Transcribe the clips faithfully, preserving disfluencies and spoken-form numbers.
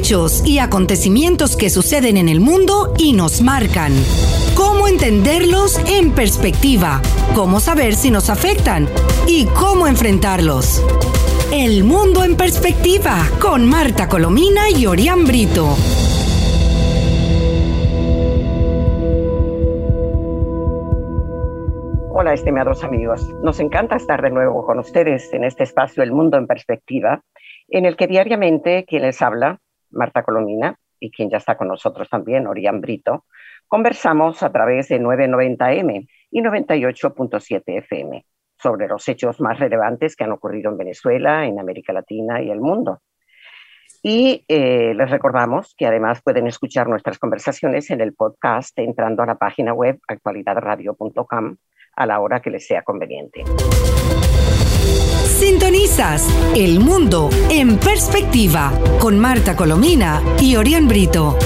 hechos y acontecimientos que suceden en el mundo y nos marcan. Cómo entenderlos en perspectiva, cómo saber si nos afectan y cómo enfrentarlos. El Mundo en Perspectiva, con Marta Colomina y Orián Brito. Hola, estimados amigos. Nos encanta estar de nuevo con ustedes en este espacio El Mundo en Perspectiva, en el que diariamente quien les habla, Marta Colomina, y quien ya está con nosotros también, Orián Brito, conversamos a través de nueve noventa eme y noventa y ocho punto siete efe eme sobre los hechos más relevantes que han ocurrido en Venezuela, en América Latina y el mundo. Y eh, les recordamos que además pueden escuchar nuestras conversaciones en el podcast entrando a la página web actualidad radio punto com a la hora que les sea conveniente. Sintonizas El Mundo en Perspectiva con Marta Colomina y Orián Brito.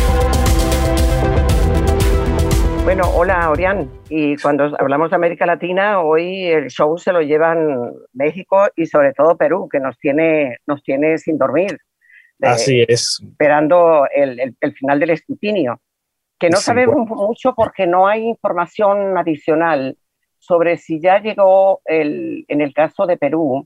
Bueno, hola Orián, y cuando hablamos de América Latina, hoy el show se lo llevan México y sobre todo Perú, que nos tiene, nos tiene sin dormir. Eh, Así es. Esperando el, el, el final del escrutinio, que no sí, sabemos bueno. mucho porque no hay información adicional sobre si ya llegó, el, en el caso de Perú,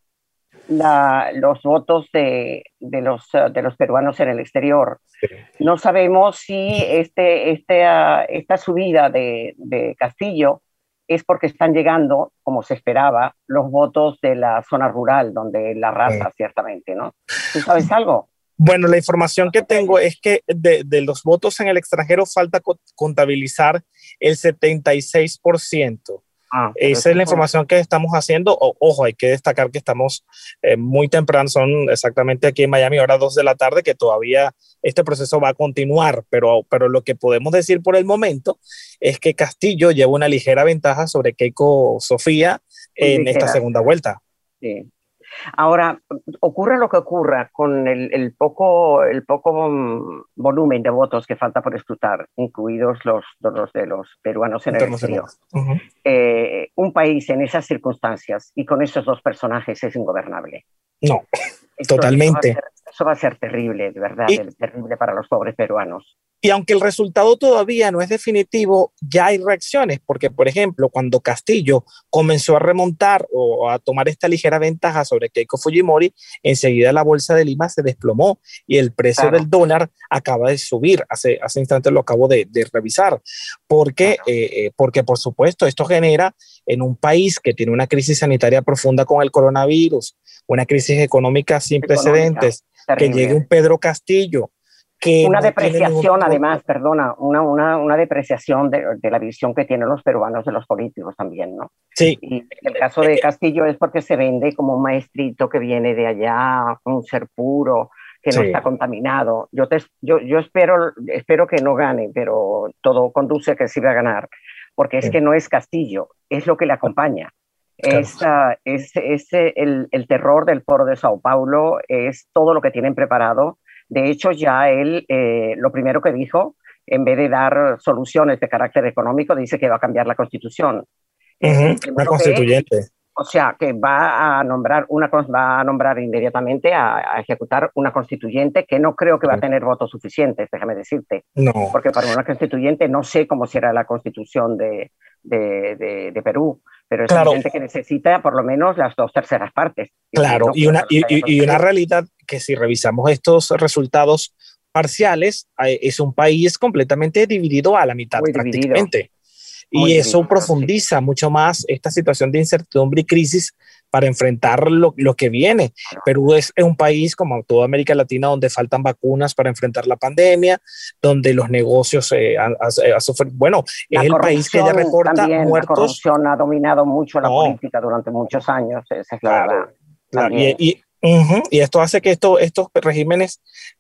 la, los votos de, de, los, de los peruanos en el exterior. Sí. No sabemos si este, este, uh, esta subida de, de Castillo es porque están llegando, como se esperaba, los votos de la zona rural, donde la raza, sí. ciertamente, ¿no? ¿Tú sabes algo? Bueno, la información que tengo es que de, de los votos en el extranjero falta co- contabilizar el setenta y seis por ciento. Ah, Esa es la información que estamos haciendo. O, ojo, hay que destacar que estamos eh, muy temprano, son exactamente aquí en Miami, ahora dos de la tarde, que todavía este proceso va a continuar, pero, pero lo que podemos decir por el momento es que Castillo lleva una ligera ventaja sobre Keiko Sofía en esta segunda vuelta. Sí. Ahora, ocurra lo que ocurra con el, el, poco, el poco volumen de votos que falta por escrutar, incluidos los, los de los peruanos en el exterior. Uh-huh. eh, un país en esas circunstancias y con esos dos personajes es ingobernable. No, Esto, totalmente. Eso va, ser, eso va a ser terrible, de verdad, y, terrible para los pobres peruanos. Y aunque el resultado todavía no es definitivo, ya hay reacciones, porque, por ejemplo, cuando Castillo comenzó a remontar o a tomar esta ligera ventaja sobre Keiko Fujimori, enseguida la bolsa de Lima se desplomó y el precio claro. del dólar acaba de subir. Hace, hace instantes lo acabo de, de revisar, porque, claro. eh, porque, por supuesto, esto genera en un país que tiene una crisis sanitaria profunda con el coronavirus, una crisis económica sin económica, precedentes, terrible. Que llegue un Pedro Castillo, que una no depreciación, además, perdona, una, una, una depreciación de, de la visión que tienen los peruanos de los políticos también, ¿no? Sí. Y en el caso de Castillo es porque se vende como un maestrito que viene de allá, un ser puro, que no sí. está contaminado. Yo, te, yo, yo espero, espero que no gane, pero todo conduce a que sí va a ganar, porque es sí. que no es Castillo, es lo que le acompaña. Claro. Es, uh, es, es el, el terror del foro de Sao Paulo, es todo lo que tienen preparado. De hecho, ya él, eh, lo primero que dijo, en vez de dar soluciones de carácter económico, dice que va a cambiar la Constitución. Uh-huh, eh, una constituyente. Que, o sea, que va a nombrar, una, va a nombrar inmediatamente a, a ejecutar una constituyente que no creo que va a tener votos suficientes, déjame decirte. No. Porque para una constituyente no sé cómo será la Constitución de, de, de, de Perú. Pero es claro. evidente que necesita por lo menos las dos terceras partes. Claro, y una, y, y, y una realidad que si revisamos estos resultados parciales, es un país completamente dividido a la mitad Muy prácticamente. Dividido. Y Muy eso dividido, profundiza sí. mucho más esta situación de incertidumbre y crisis para enfrentar lo, lo que viene. Claro. Perú es, es un país, como toda América Latina, donde faltan vacunas para enfrentar la pandemia, donde los negocios eh, han, han sufrido. Bueno, la es el país que ya reporta también, muertos. La corrupción ha dominado mucho la no. política durante muchos años, esa es la claro, verdad. Claro. Y, y, uh-huh, y esto hace que esto, estos regímenes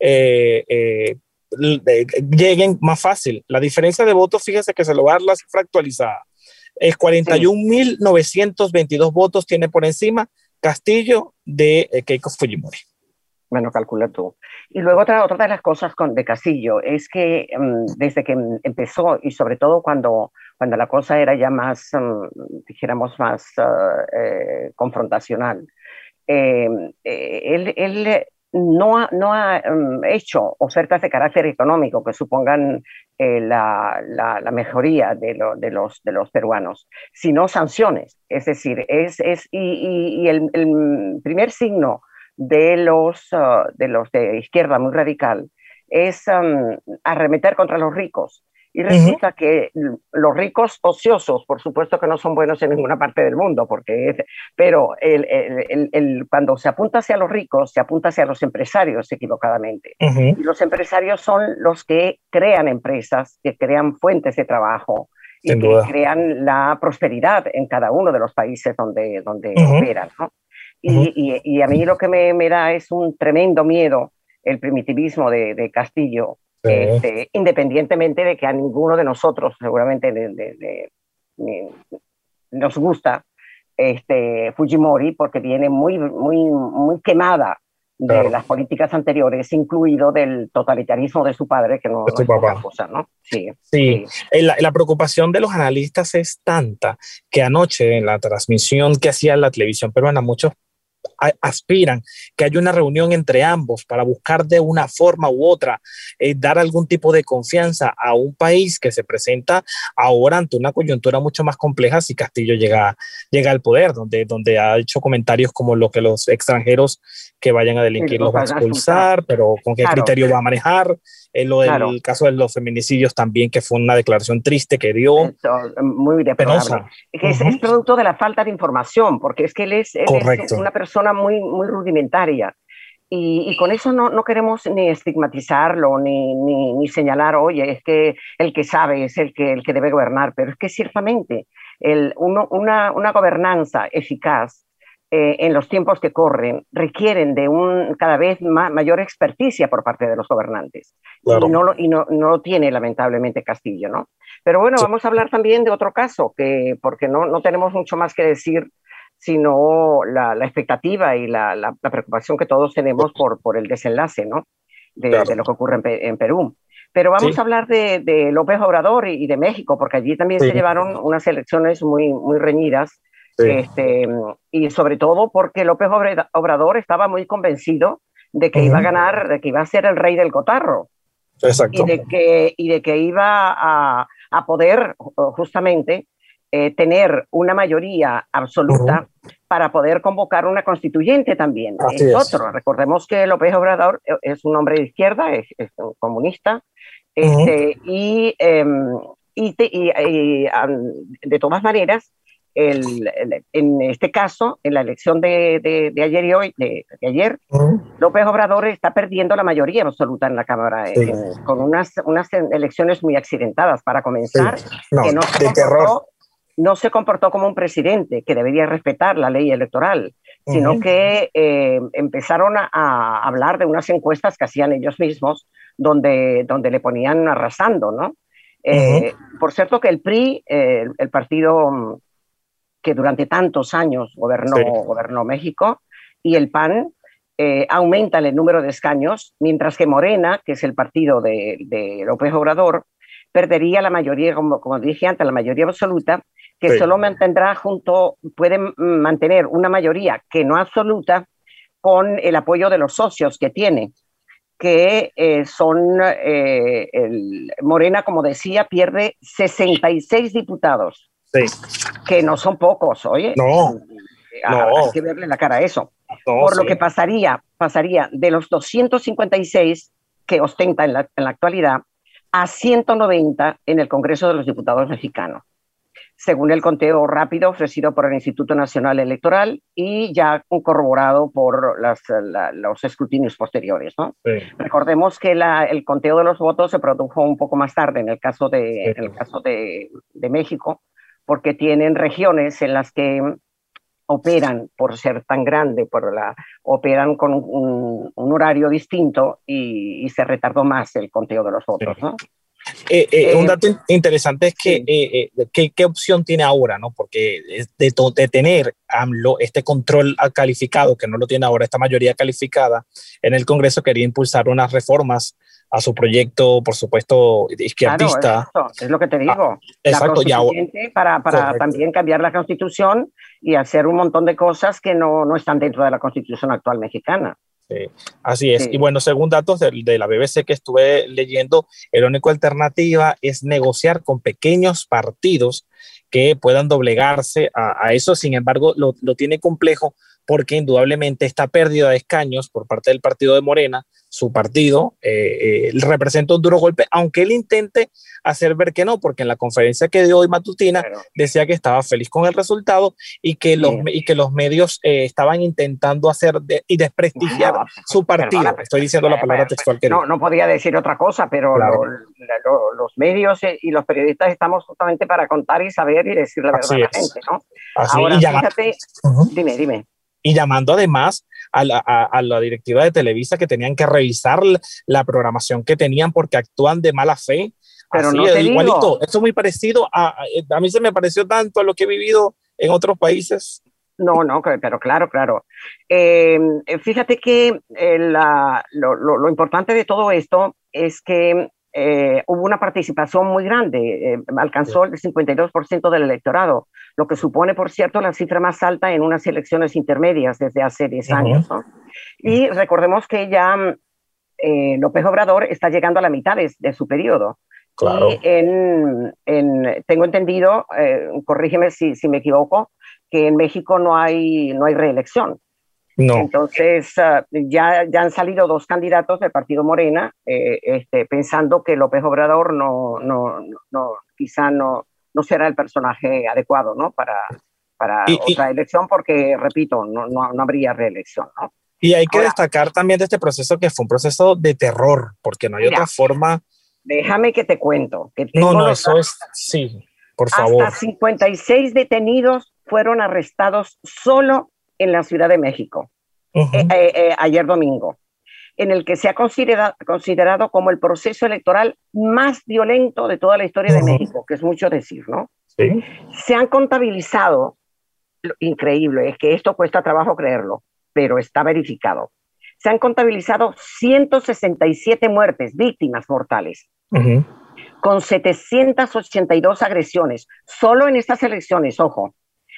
eh, eh, lleguen más fácil. La diferencia de votos, fíjese que se lo va a dar la cifra actualizada. Es cuarenta y un mil novecientos veintidós votos tiene por encima Castillo de eh, Keiko Fujimori. Bueno, calcula tú. Y luego otra, otra de las cosas con, de Castillo es que um, desde que empezó y sobre todo cuando, cuando la cosa era ya más, um, dijéramos, más uh, eh, confrontacional, eh, eh, él, él no ha, no ha um, hecho ofertas de carácter económico que supongan eh, la, la, la mejoría de, lo, de, los, de los peruanos, sino sanciones. Es decir, es, es, y, y, y el, el primer signo de los, uh, de los de izquierda muy radical es um, arremeter contra los ricos. Y resulta uh-huh. que los ricos ociosos, por supuesto que no son buenos en ninguna parte del mundo, porque es, pero el, el, el, el, cuando se apunta hacia los ricos, se apunta hacia los empresarios equivocadamente. Uh-huh. Y los empresarios son los que crean empresas, que crean fuentes de trabajo y Sin que duda. crean la prosperidad en cada uno de los países donde, donde uh-huh. operan, ¿no? Y, uh-huh. y, y a mí lo que me, me da es un tremendo miedo el primitivismo de, de Castillo, sí. este, independientemente de que a ninguno de nosotros seguramente de, de, de, de, nos gusta este, Fujimori, porque viene muy, muy, muy quemada de claro. las políticas anteriores, incluido del totalitarismo de su padre, que no, no es poca cosa, ¿no? Sí, sí. sí. La, la preocupación de los analistas es tanta que anoche en la transmisión que hacía la televisión peruana, muchos aspiran que haya una reunión entre ambos para buscar de una forma u otra eh, dar algún tipo de confianza a un país que se presenta ahora ante una coyuntura mucho más compleja si Castillo llega, llega al poder, donde, donde ha hecho comentarios como lo que los extranjeros que vayan a delinquir sí, los va a expulsar, pero con qué claro. criterio va a manejar. Eh, lo del claro. caso de los feminicidios también, que fue una declaración triste que dio. Eso, muy penosa. Que es, uh-huh. es producto de la falta de información, porque es que él es, él es una persona muy, muy rudimentaria. Y, y con eso no, no queremos ni estigmatizarlo, ni, ni, ni señalar, oye, es que el que sabe es el que, el que debe gobernar, pero es que ciertamente el, uno, una, una gobernanza eficaz Eh, en los tiempos que corren, requieren de un cada vez ma- mayor experticia por parte de los gobernantes. Claro. Y, no lo, y no, no lo tiene, lamentablemente, Castillo, ¿no? Pero bueno, sí. vamos a hablar también de otro caso, que, porque no, no tenemos mucho más que decir, sino la, la expectativa y la, la, la preocupación que todos tenemos por, por el desenlace, ¿no? De, claro. de lo que ocurre en, en Perú. Pero vamos sí. a hablar de, de López Obrador y, y de México, porque allí también sí. se llevaron unas elecciones muy, muy reñidas. Sí. Este, y sobre todo porque López Obrador estaba muy convencido de que uh-huh. iba a ganar, de que iba a ser el rey del cotarro. Exacto. Y de que, y de que iba a, a poder justamente eh, tener una mayoría absoluta uh-huh. para poder convocar una constituyente también. Así es, es otro. Recordemos que López Obrador es un hombre de izquierda, es, es un comunista, este, uh-huh. y, eh, y, te, y, y um, de todas maneras, El, el, en este caso, en la elección de, de, de ayer y hoy, de, de ayer, uh-huh. López Obrador está perdiendo la mayoría absoluta en la Cámara, sí. en, con unas, unas elecciones muy accidentadas. Para comenzar, sí. no, que no se, comportó, no se comportó como un presidente que debería respetar la ley electoral, uh-huh. sino que eh, empezaron a, a hablar de unas encuestas que hacían ellos mismos, donde, donde le ponían arrasando, ¿no? Uh-huh. Eh, por cierto que el P R I, eh, el partido que durante tantos años gobernó, sí. gobernó México, y el P A N eh, aumenta el número de escaños, mientras que Morena, que es el partido de, de López Obrador, perdería la mayoría, como, como dije antes, la mayoría absoluta, que sí. solo mantendrá junto, puede mantener una mayoría que no absoluta, con el apoyo de los socios que tiene, que eh, son, eh, el, Morena, como decía, pierde sesenta y seis diputados. Sí. Que no son pocos, oye. No, no. Hay que verle la cara a eso. No, Por sí. lo que pasaría, pasaría de los doscientos cincuenta y seis que ostenta en la, en la actualidad a ciento noventa en el Congreso de los Diputados mexicano, según el conteo rápido ofrecido por el Instituto Nacional Electoral y ya corroborado por las, la, los escrutinios posteriores, ¿no? Sí. Recordemos que la, el conteo de los votos se produjo un poco más tarde en el caso de, sí. en el caso de, de México, porque tienen regiones en las que operan, por ser tan grande, por la, operan con un, un horario distinto y, y se retardó más el conteo de los votos, ¿no? Eh, eh, eh, un dato interesante es que, sí. eh, eh, que qué opción tiene ahora, ¿no? Porque de, de tener AMLO este control calificado, que no lo tiene ahora, esta mayoría calificada en el Congreso, quería impulsar unas reformas a su proyecto, por supuesto, izquierdista. Claro, es, es lo que te digo. Ah, exacto, la constituyente para, para también cambiar la Constitución y hacer un montón de cosas que no, no están dentro de la Constitución actual mexicana. Sí, así es. Sí. Y bueno, según datos de, de la B B C que estuve leyendo, la única alternativa es negociar con pequeños partidos que puedan doblegarse a, a eso. Sin embargo, lo, lo tiene complejo porque indudablemente esta pérdida de escaños por parte del partido de Morena, su partido, eh, eh, representa un duro golpe, aunque él intente hacer ver que no, porque en la conferencia que dio hoy matutina Pero, decía que estaba feliz con el resultado y que los, sí. y que los medios eh, estaban intentando hacer de, y desprestigiar Bueno, su partido. perdona, Estoy diciendo la eh, palabra textual que no, dijo. no podía decir otra cosa, pero Claro, lo, lo, los medios y los periodistas estamos justamente para contar y saber y decir la verdad así a la es. gente, ¿no? Así, y, Ahora, llama, fíjate, uh-huh. dime, dime. Y llamando además a la, a, a la directiva de Televisa que tenían que revisar la, la programación que tenían porque actúan de mala fe. Pero Así, no te igualito. digo. Esto es muy parecido a, a, a mí se me pareció tanto a lo que he vivido en otros países. No, no, pero claro, claro. Eh, fíjate que eh, la, lo, lo, lo importante de todo esto es que eh, hubo una participación muy grande, eh, alcanzó el cincuenta y dos por ciento del electorado, lo que supone, por cierto, la cifra más alta en unas elecciones intermedias desde hace diez uh-huh. años, ¿no? Y recordemos que ya eh, López Obrador está llegando a la mitad de, de su periodo. Claro. Y en, en, tengo entendido, eh, corrígeme si, si me equivoco, que en México no hay, no hay reelección. No. Entonces, uh, ya, ya han salido dos candidatos del partido Morena, eh, este, pensando que López Obrador no, no, no, quizá no, no será el personaje adecuado, ¿no? para, para y, otra y, elección, porque, repito, no, no, no habría reelección, ¿no? Y hay que Ahora, destacar también de este proceso que fue un proceso de terror, porque no hay mira, otra forma. Déjame que te cuento. Que tengo no, no, los eso es, sí, por favor. Hasta cincuenta y seis detenidos fueron arrestados solo en la Ciudad de México, uh-huh. eh, eh, eh, ayer domingo, en el que se ha considerado, considerado como el proceso electoral más violento de toda la historia uh-huh. de México, que es mucho decir, ¿no? Sí. Se han contabilizado, lo increíble, es que esto cuesta trabajo creerlo, pero está verificado. Se han contabilizado ciento sesenta y siete muertes, víctimas mortales. Uh-huh. Con setecientas ochenta y dos agresiones, solo en estas elecciones, ojo,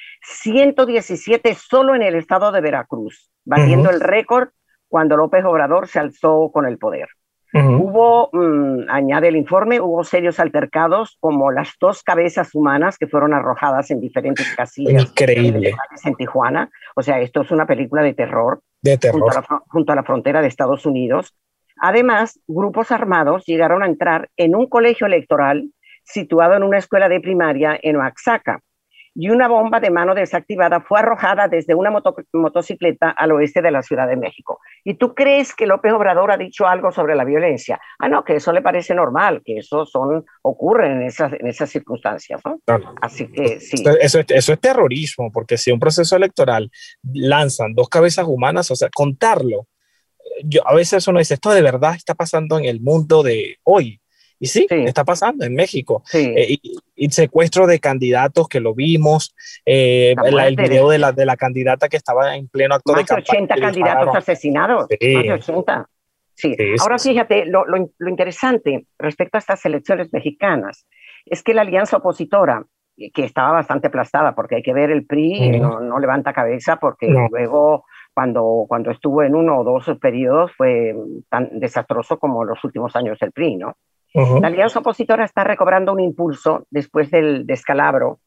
ciento diecisiete solo en el estado de Veracruz, batiendo uh-huh. el récord cuando López Obrador se alzó con el poder. Uh-huh. Hubo, mmm, añade el informe, hubo serios altercados como las dos cabezas humanas que fueron arrojadas en diferentes casillas. Increíble. En Tijuana, o sea, esto es una película de terror. De terror. Junto a la, junto a la frontera de Estados Unidos. Además, grupos armados llegaron a entrar en un colegio electoral situado en una escuela de primaria en Oaxaca y una bomba de mano desactivada fue arrojada desde una moto motocicleta al oeste de la Ciudad de México. ¿Y tú crees que López Obrador ha dicho algo sobre la violencia? Ah, no, que eso le parece normal, que eso son, ocurre en esas, en esas circunstancias, ¿no? Claro. Así que sí. Eso, eso es terrorismo, porque si un proceso electoral lanzan dos cabezas humanas, o sea, contarlo, yo a veces uno dice, esto de verdad está pasando en el mundo de hoy. Y sí, sí. está pasando en México. Sí. Eh, y, y secuestro de candidatos que lo vimos, eh, la, el video de la, de la candidata que estaba en pleno acto más de campaña. Más de ochenta candidatos asesinados. Sí. Más de ochenta. Sí. Sí, Ahora sí, fíjate, sí. Lo, lo, lo interesante respecto a estas elecciones mexicanas es que la alianza opositora, que estaba bastante aplastada, porque hay que ver el P R I, uh-huh. no, no levanta cabeza, porque no. luego cuando, cuando estuvo en uno o dos periodos fue tan desastroso como los últimos años del P R I, ¿no? Uh-huh. La alianza opositora está recobrando un impulso después del descalabro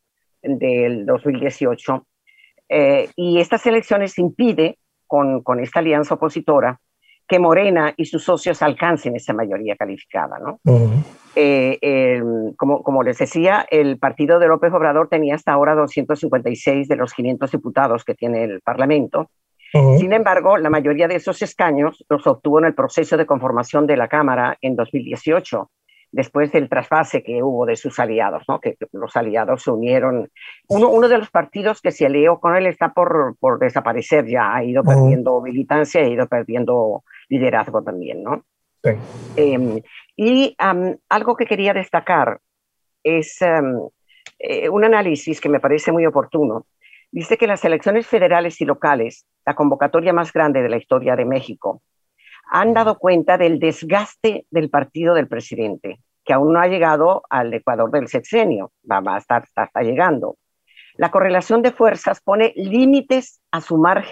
del dos mil dieciocho, eh, y estas elecciones impide con, con esta alianza opositora que Morena y sus socios alcancen esa mayoría calificada, ¿no? Uh-huh. Eh, eh, como, como les decía, el partido de López Obrador tenía hasta ahora doscientos cincuenta y seis de los quinientos diputados que tiene el Parlamento. Uh-huh. Sin embargo, la mayoría de esos escaños los obtuvo en el proceso de conformación de la Cámara en dos mil dieciocho, después del trasvase que hubo de sus aliados, ¿no? Que los aliados se unieron. Uno, uno de los partidos que se alió con él está por, por desaparecer ya, ha ido uh-huh. perdiendo militancia, ha ido perdiendo liderazgo también, ¿no? Sí. Eh, y um, algo que quería destacar es um, eh, un análisis que me parece muy oportuno. Dice que las elecciones federales y locales, la convocatoria más grande de la historia de México, han dado cuenta del desgaste del partido del presidente, que aún no ha llegado al Ecuador del sexenio, va a estar, está, está llegando. La correlación de fuerzas pone límites a su margen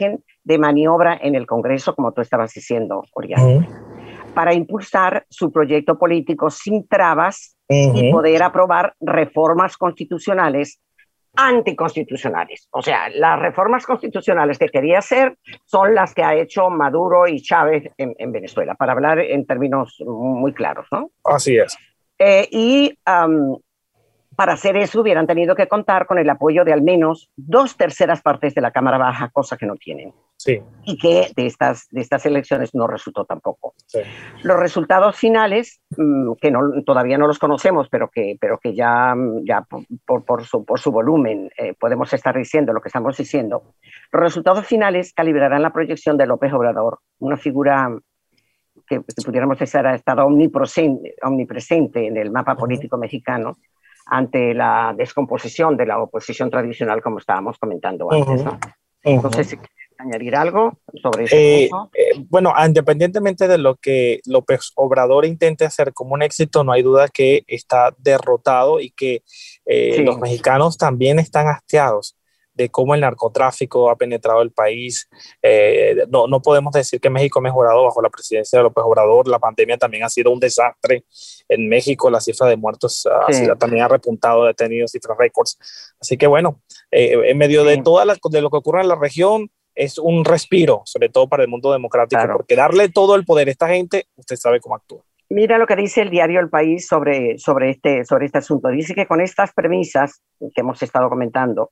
de maniobra en el Congreso, como tú estabas diciendo, Oriana, uh-huh. para impulsar su proyecto político sin trabas uh-huh. y poder aprobar reformas constitucionales anticonstitucionales. O sea, las reformas constitucionales que quería hacer son las que ha hecho Maduro y Chávez en, en Venezuela, para hablar en términos muy claros, ¿no? Así es. Eh, y um, para hacer eso hubieran tenido que contar con el apoyo de al menos dos terceras partes de la Cámara Baja, cosa que no tienen. Sí. Y que de estas, de estas elecciones no resultó tampoco. Sí. Los resultados finales, mmm, que no, todavía no los conocemos, pero que, pero que ya, ya por, por, por, su, por su volumen eh, podemos estar diciendo lo que estamos diciendo, los resultados finales calibrarán la proyección de López Obrador, una figura que, que pudiéramos decir ha estado omnipresente, omnipresente en el mapa político uh-huh. mexicano ante la descomposición de la oposición tradicional, como estábamos comentando antes, ¿no? Uh-huh. Entonces, ¿añadir algo sobre eso? Eh, eh, bueno, independientemente de lo que López Obrador intente hacer como un éxito, no hay duda que está derrotado y que eh, sí. los mexicanos también están hastiados de cómo el narcotráfico ha penetrado el país. Eh, no, no podemos decir que México ha mejorado bajo la presidencia de López Obrador. La pandemia también ha sido un desastre en México. La cifra de muertos sí. ha, también ha repuntado, ha tenido cifras récords. Así que bueno, eh, en medio sí. de, toda la, de lo que ocurre en la región, es un respiro, sobre todo para el mundo democrático, claro. porque darle todo el poder a esta gente, usted sabe cómo actúa. Mira lo que dice el diario El País sobre, sobre, este, sobre este asunto. Dice que con estas premisas que hemos estado comentando,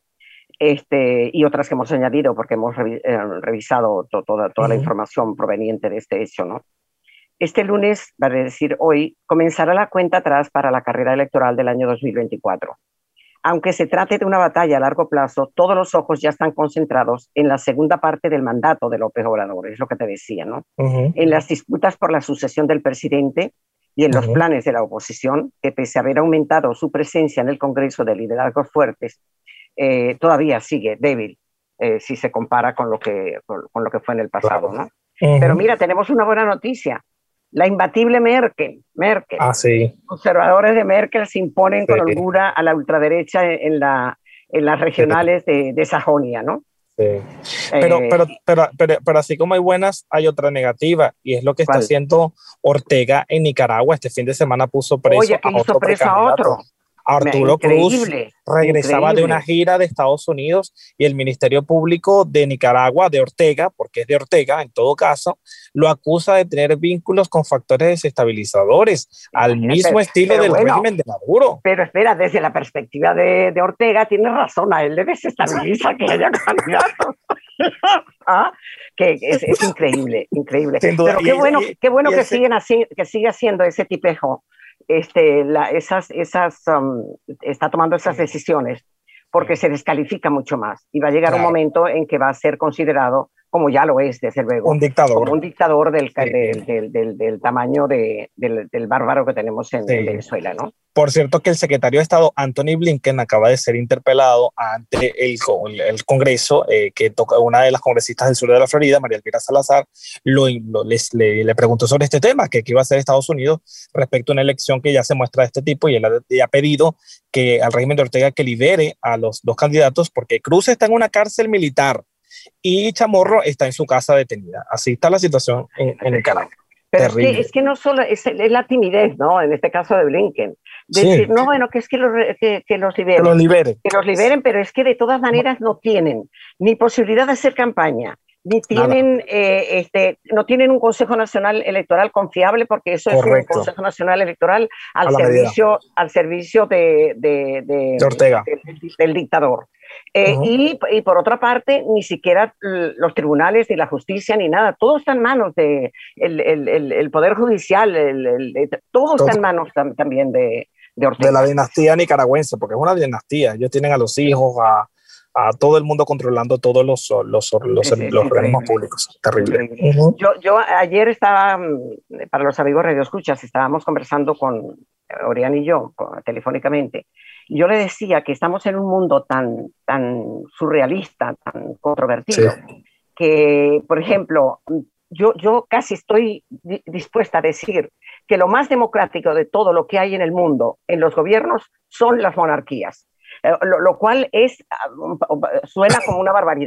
este, y otras que hemos añadido, porque hemos revi eh, revisado to toda, toda uh-huh. la información proveniente de este hecho, ¿no? Este lunes, vale decir hoy, comenzará la cuenta atrás para la carrera electoral del año dos mil veinticuatro. Aunque se trate de una batalla a largo plazo, todos los ojos ya están concentrados en la segunda parte del mandato de López Obrador, es lo que te decía, ¿no? Uh-huh. En las disputas por la sucesión del presidente y en uh-huh. los planes de la oposición, que pese a haber aumentado su presencia en el Congreso de liderazgos fuertes, eh, todavía sigue débil eh, si se compara con lo que, con, con lo que fue en el pasado, ¿no? Uh-huh. Pero mira, tenemos una buena noticia. La imbatible Merkel, Merkel. Ah, sí. Conservadores de Merkel se imponen sí. con holgura a la ultraderecha en, la, en las regionales sí. de, de Sajonia, ¿no? Sí. Pero, eh, pero, pero, pero, pero así como hay buenas, hay otra negativa, y es lo que está ¿cuál? haciendo Ortega en Nicaragua. Este fin de semana puso preso Oye, que a hizo otro preso a otro. Arturo increíble, Cruz regresaba increíble. de una gira de Estados Unidos y el Ministerio Público de Nicaragua, de Ortega, porque es de Ortega en todo caso, lo acusa de tener vínculos con factores desestabilizadores, al Imagínate, mismo estilo del bueno, régimen de Maduro. Pero espera, desde la perspectiva de, de Ortega, tiene razón, a él le desestabiliza que haya candidatos. ¿Ah? Que es, es increíble, increíble. Pero qué bueno, qué bueno que, ese... siguen así, que sigue haciendo ese tipejo. Este, la, esas, esas, um, está tomando esas decisiones porque se descalifica mucho más y va a llegar claro. un momento en que va a ser considerado, como ya lo es desde luego, un dictador, como un dictador del, sí. del, del, del, del tamaño de, del, del bárbaro que tenemos en, sí. en Venezuela, ¿no? Por cierto que el secretario de Estado, Anthony Blinken, acaba de ser interpelado ante el, el Congreso, eh, que toca una de las congresistas del sur de la Florida, María Elvira Salazar, lo, lo, les, le, le preguntó sobre este tema, que qué iba a hacer Estados Unidos respecto a una elección que ya se muestra de este tipo, y él ha, ha pedido que al régimen de Ortega que libere a los dos candidatos, porque Cruz está en una cárcel militar y Chamorro está en su casa detenida. Así está la situación en, en Nicaragua. Pero es que, es que no solo es, es la timidez, ¿no? En este caso de Blinken. De sí. decir, no, bueno, que es que los, que, que los liberen. Que los liberen. Que los liberen, pero es que de todas maneras no tienen ni posibilidad de hacer campaña, ni tienen, eh, este, no tienen un Consejo Nacional Electoral confiable, porque eso Correcto. es un Consejo Nacional Electoral al servicio, al servicio de, de, de, de Ortega. De, de, del dictador. Eh, uh-huh. y, y por otra parte, ni siquiera los tribunales, ni la justicia, ni nada, todo está en manos de el, el, el, el Poder Judicial, el, el, el, todo, todo está en manos tam, también de, de Ortega. De la dinastía nicaragüense, porque es una dinastía, ellos tienen a los hijos, a, a todo el mundo controlando todos los, los, los, sí, sí, los organismos públicos. Terrible. Uh-huh. Yo, yo ayer estaba, para los amigos radioescuchas, estábamos conversando con Oriana y yo, con, telefónicamente. Yo le decía que estamos en un mundo tan, tan surrealista, tan controvertido, sí. que, por ejemplo, yo, yo casi estoy di- dispuesta a decir que lo más democrático de todo lo que hay en el mundo, en los gobiernos, son las monarquías, eh, lo, lo cual es, suena como una barbaridad.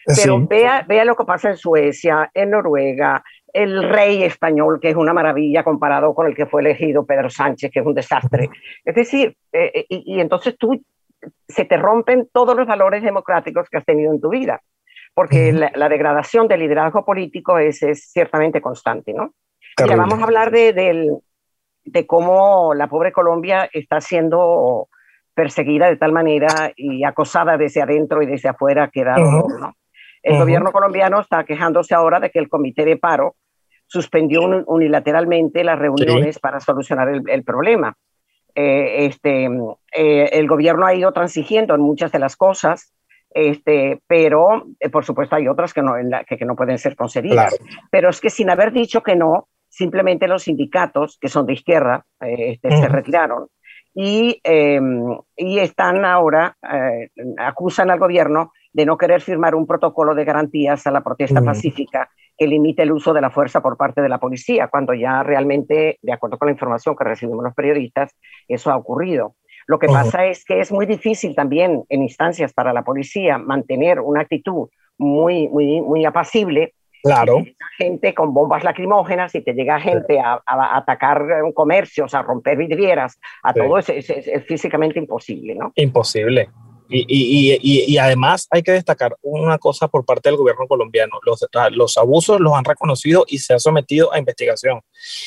Pero Sí. vea, vea lo que pasa en Suecia, en Noruega, el rey español, que es una maravilla comparado con el que fue elegido Pedro Sánchez, que es un desastre. Es decir, eh, y, y entonces tú se te rompen todos los valores democráticos que has tenido en tu vida, porque Ujú. la, la degradación del liderazgo político es, es ciertamente constante, ¿no? Mira, Terrible. vamos a hablar de, de, de cómo la pobre Colombia está siendo perseguida de tal manera y acosada desde adentro y desde afuera que da Ujú. dolor, ¿no? El Ujú. gobierno colombiano está quejándose ahora de que el comité de paro suspendió un, unilateralmente las reuniones Sí. para solucionar el, el problema. Eh, este, eh, el gobierno ha ido transigiendo en muchas de las cosas, este, pero eh, por supuesto hay otras que no, en la, que, que no pueden ser concedidas. Claro. Pero es que sin haber dicho que no, simplemente los sindicatos, que son de izquierda, eh, este, se Ujú. retiraron y, eh, y están ahora, eh, acusan al gobierno de no querer firmar un protocolo de garantías a la protesta Ujú. pacífica que limite el uso de la fuerza por parte de la policía, cuando ya realmente, de acuerdo con la información que recibimos los periodistas, eso ha ocurrido. Lo que Ujú. pasa es que es muy difícil también en instancias para la policía mantener una actitud muy, muy, muy apacible si te Claro. llega gente con bombas lacrimógenas, si te llega gente a, a, a atacar comercios, a romper vidrieras, a Sí. todo eso es, es, es físicamente imposible, ¿no? Imposible. Y, y, y, y además hay que destacar una cosa por parte del gobierno colombiano. Los, los abusos los han reconocido y se ha sometido a investigación.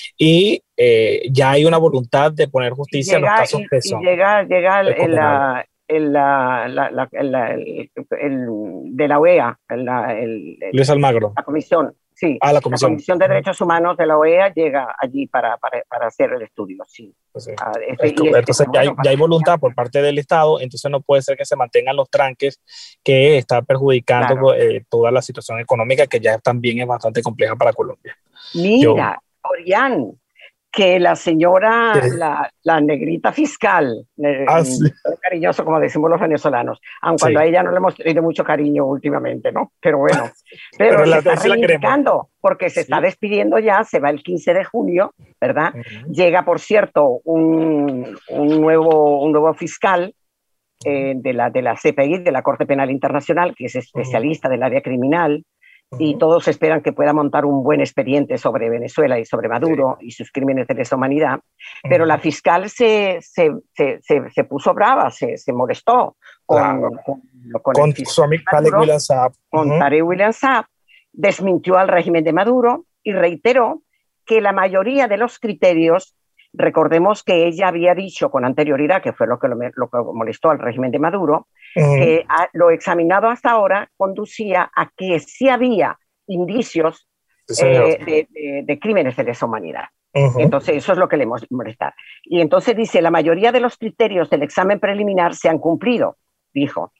Y eh, ya hay una voluntad de poner Y justicia en los llega, casos y, que y son llega, llega el, el, descomunales. la, el, la, la, la, la, el, el, de la O E A, el, el, Luis Almagro. la comisión, sí, Ah, la la comisión. Comisión de Derechos Humanos de la O E A llega allí para, para, para hacer el estudio, sí. Pues sí. Ah, este, Esto, y este, entonces ya hay, bueno, ya hay voluntad por parte del Estado, entonces no puede ser que se mantengan los tranques que está perjudicando claro. eh, toda la situación económica que ya también es bastante compleja para Colombia. Mira, Yo, Orián, que la señora, eh, la, la negrita fiscal, eh, ah, sí, cariñoso como decimos los venezolanos, aun cuando sí. a ella no le hemos tenido mucho cariño últimamente, ¿no? Pero bueno, pero Pero se la, está sí la queremos. reivindicando porque se Sí. está despidiendo ya, se va el quince de junio, ¿verdad? Uh-huh. Llega, por cierto, un, un, nuevo, un nuevo fiscal eh, de, la, de la C P I, de la Corte Penal Internacional, que es especialista uh-huh. del área criminal, y todos esperan que pueda montar un buen expediente sobre Venezuela y sobre Maduro sí. y sus crímenes de lesa humanidad, uh-huh. pero la fiscal se, se, se, se, se puso brava, se, se molestó con, claro. con, con, con el su amigo Tarek William Saab. Con uh-huh. Tarek William Saab, desmintió al régimen de Maduro y reiteró que la mayoría de los criterios, recordemos que ella había dicho con anterioridad, que fue lo que, lo, lo que molestó al régimen de Maduro, uh-huh. que a, lo examinado hasta ahora conducía a que sí había indicios sí, eh, de, de, de crímenes de lesa humanidad. Uh-huh. Entonces, eso es lo que le molesta. Y entonces dice, la mayoría de los criterios del examen preliminar se han cumplido, dijo.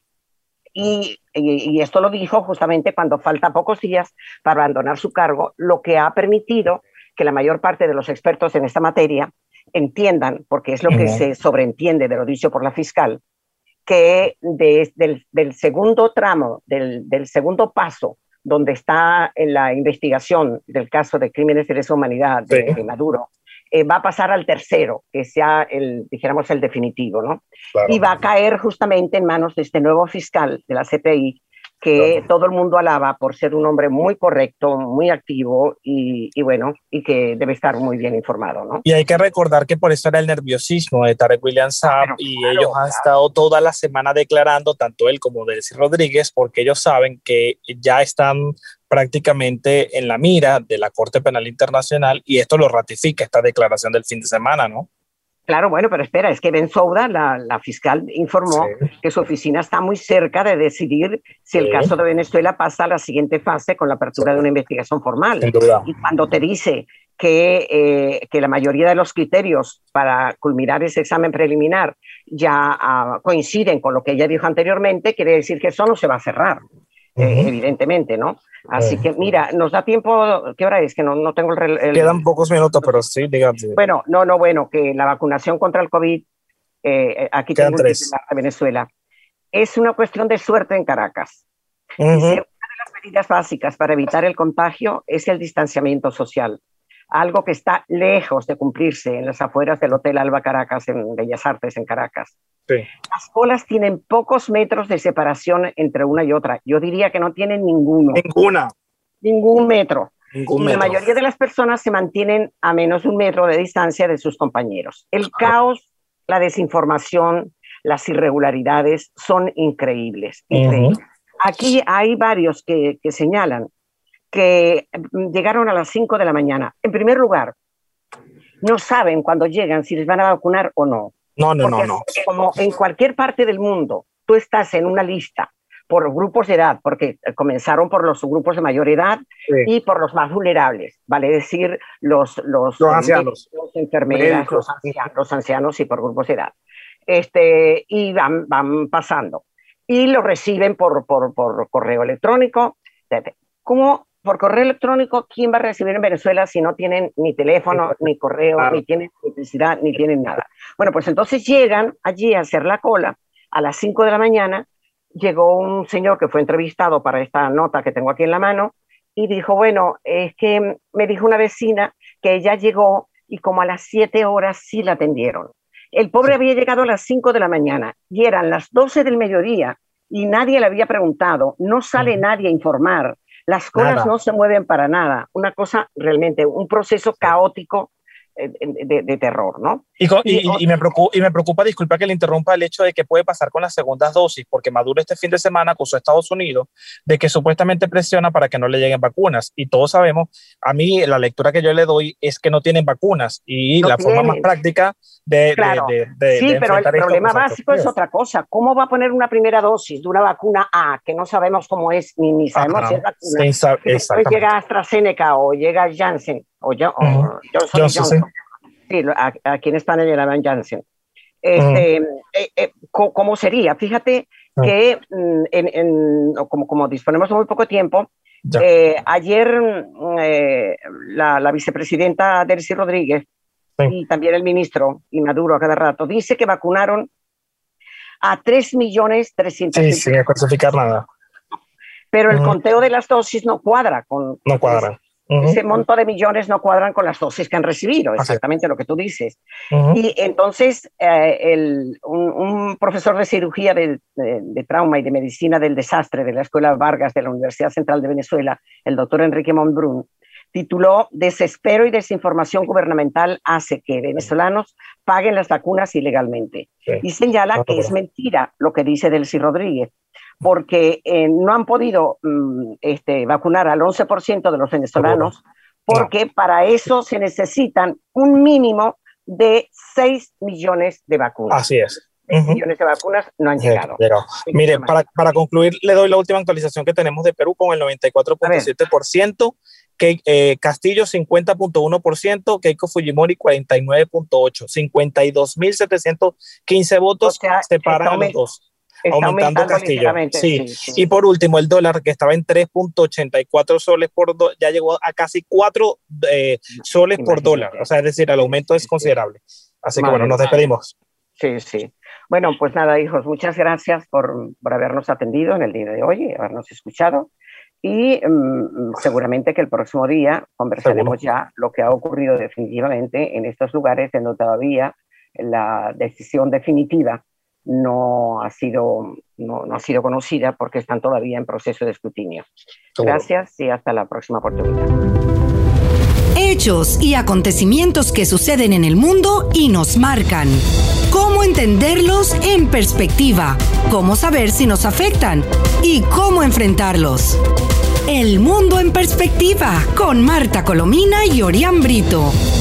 Y, y, y esto lo dijo justamente cuando falta pocos días para abandonar su cargo, lo que ha permitido que la mayor parte de los expertos en esta materia entiendan, porque es lo que uh-huh. se sobreentiende de lo dicho por la fiscal, que de, del, del segundo tramo, del, del segundo paso, donde está en la investigación del caso de crímenes de lesa humanidad de, sí. de Maduro, eh, va a pasar al tercero, que sea el, dijéramos, el definitivo, ¿no? Claro. Y va a caer justamente en manos de este nuevo fiscal de la C P I, que claro. todo el mundo alaba por ser un hombre muy correcto, muy activo y, y bueno, y que debe estar muy bien informado, ¿no? Y hay que recordar que por eso era el nerviosismo de Tarek William Saab ah, y claro, ellos han claro. estado toda la semana declarando, tanto él como Delcy Rodríguez, porque ellos saben que ya están prácticamente en la mira de la Corte Penal Internacional y esto lo ratifica esta declaración del fin de semana, ¿no? Claro, bueno, pero espera, es que Bensouda, la, la fiscal, informó sí. que su oficina está muy cerca de decidir si sí. el caso de Venezuela pasa a la siguiente fase con la apertura sí. de una investigación formal. Sin duda. Y cuando te dice que, eh, que la mayoría de los criterios para culminar ese examen preliminar ya uh, coinciden con lo que ella dijo anteriormente, quiere decir que eso no se va a cerrar. Uh-huh. Eh, evidentemente, ¿no? Así uh-huh. que, mira, nos da tiempo, ¿qué hora es? Que no, no tengo el, el... Quedan pocos minutos, pero sí, dígame. Bueno, no, no, bueno, que la vacunación contra el COVID, eh, aquí Quedan tengo tres. un titular de Venezuela, es una cuestión de suerte en Caracas. Uh-huh. Dice, una de las medidas básicas para evitar el contagio es el distanciamiento social, algo que está lejos de cumplirse en las afueras del Hotel Alba Caracas, en Bellas Artes, en Caracas. Sí. Las colas tienen pocos metros de separación entre una y otra. Yo diría que no tienen ninguno. Ninguna. Ningún metro. Ningún y metro. La mayoría de las personas se mantienen a menos de un metro de distancia de sus compañeros. El caos, la desinformación, las irregularidades son increíbles. increíbles. Uh-huh. Aquí hay varios que, que señalan que llegaron a las cinco de la mañana. En primer lugar, no saben cuando llegan si les van a vacunar o no. No, no, Porque no, no. Como en cualquier parte del mundo, tú estás en una lista por grupos de edad, porque comenzaron por los grupos de mayor edad sí. y por los más vulnerables, vale decir, los, los, los ancianos, los enfermeras, los ancianos, los ancianos y por grupos de edad. Este, y van, van pasando. Y lo reciben por, por, por correo electrónico. ¿Cómo? Por correo electrónico, ¿quién va a recibir en Venezuela si no tienen ni teléfono, ni correo, claro. ni tienen electricidad, ni tienen nada? Bueno, pues entonces llegan allí a hacer la cola a las cinco de la mañana. Llegó un señor que fue entrevistado para esta nota que tengo aquí en la mano y dijo, bueno, es que me dijo una vecina que ella llegó y como a las siete horas sí la atendieron. El pobre había llegado a las cinco de la mañana y eran las doce del mediodía y nadie le había preguntado, no sale uh-huh. nadie a informar. Las colas nada. No se mueven para nada. Una cosa realmente, un proceso caótico de, de, de terror, ¿no? Y, y, y, y, me preocupa, y me preocupa, disculpa que le interrumpa, el hecho de que puede pasar con las segundas dosis, porque Maduro este fin de semana acusó a Estados Unidos de que supuestamente presiona para que no le lleguen vacunas. Y todos sabemos, a mí la lectura que yo le doy es que no tienen vacunas. Y no la tienen. Forma más práctica de, claro. de, de, de Sí, de pero el problema básico es otra cosa. ¿Cómo va a poner una primera dosis de una vacuna A, que no sabemos cómo es, ni, ni sabemos Ajá. si es vacuna? Sí, sab- y después llega AstraZeneca o llega Janssen o, ya, o uh-huh. Johnson, Johnson. Johnson. Sí, aquí en España le llaman Janssen. Este, uh-huh. eh, eh, ¿Cómo sería? Fíjate uh-huh. que en, en, como, como disponemos de muy poco tiempo, eh, ayer eh, la, la vicepresidenta Delcy Rodríguez sí. y también el ministro, y Maduro a cada rato, dice que vacunaron a tres millones trescientos mil. Sí, sin especificar nada. Pero el uh-huh. conteo de las dosis no cuadra con... No cuadra. Uh-huh. Ese monto de millones no cuadran con las dosis que han recibido, exactamente lo que tú dices. Uh-huh. Y entonces eh, el, un, un profesor de cirugía de, de, de trauma y de medicina del desastre de la Escuela Vargas de la Universidad Central de Venezuela, el doctor Enrique Monbrun, tituló Desespero y desinformación gubernamental hace que venezolanos paguen las vacunas ilegalmente. Sí. Y señala no, que no, no. es mentira lo que dice Delcy Rodríguez, porque eh, no han podido um, este, vacunar al once por ciento de los venezolanos, porque no. para eso se necesitan un mínimo de seis millones de vacunas. Así es. seis uh-huh. millones de vacunas no han llegado. Pero, mire, para, para concluir, le doy la última actualización que tenemos de Perú con el noventa y cuatro punto siete por ciento, que, eh, Castillo cincuenta punto uno por ciento, Keiko Fujimori cuarenta y nueve punto ocho por ciento, cincuenta y dos mil setecientos quince votos, o sea, separan a los dos. Aumentando, aumentando Castillo. Sí. Sí, sí. Y por último, el dólar, que estaba en tres punto ochenta y cuatro soles por dólar, ya llegó a casi cuatro eh, soles Imagínate. por dólar. O sea, es decir, el aumento es considerable. Así Madre que bueno, nos despedimos. Sí, sí. Bueno, pues nada, hijos, muchas gracias por, por habernos atendido en el día de hoy, habernos escuchado. Y um, seguramente que el próximo día conversaremos Seguro. ya lo que ha ocurrido definitivamente en estos lugares donde todavía la decisión definitiva no ha sido, no, no ha sido conocida porque están todavía en proceso de escrutinio. Seguro. Gracias y hasta la próxima oportunidad. Hechos y acontecimientos que suceden en el mundo y nos marcan. ¿Cómo entenderlos en perspectiva? ¿Cómo saber si nos afectan? ¿Y cómo enfrentarlos? El mundo en perspectiva con Marta Colomina y Orián Brito.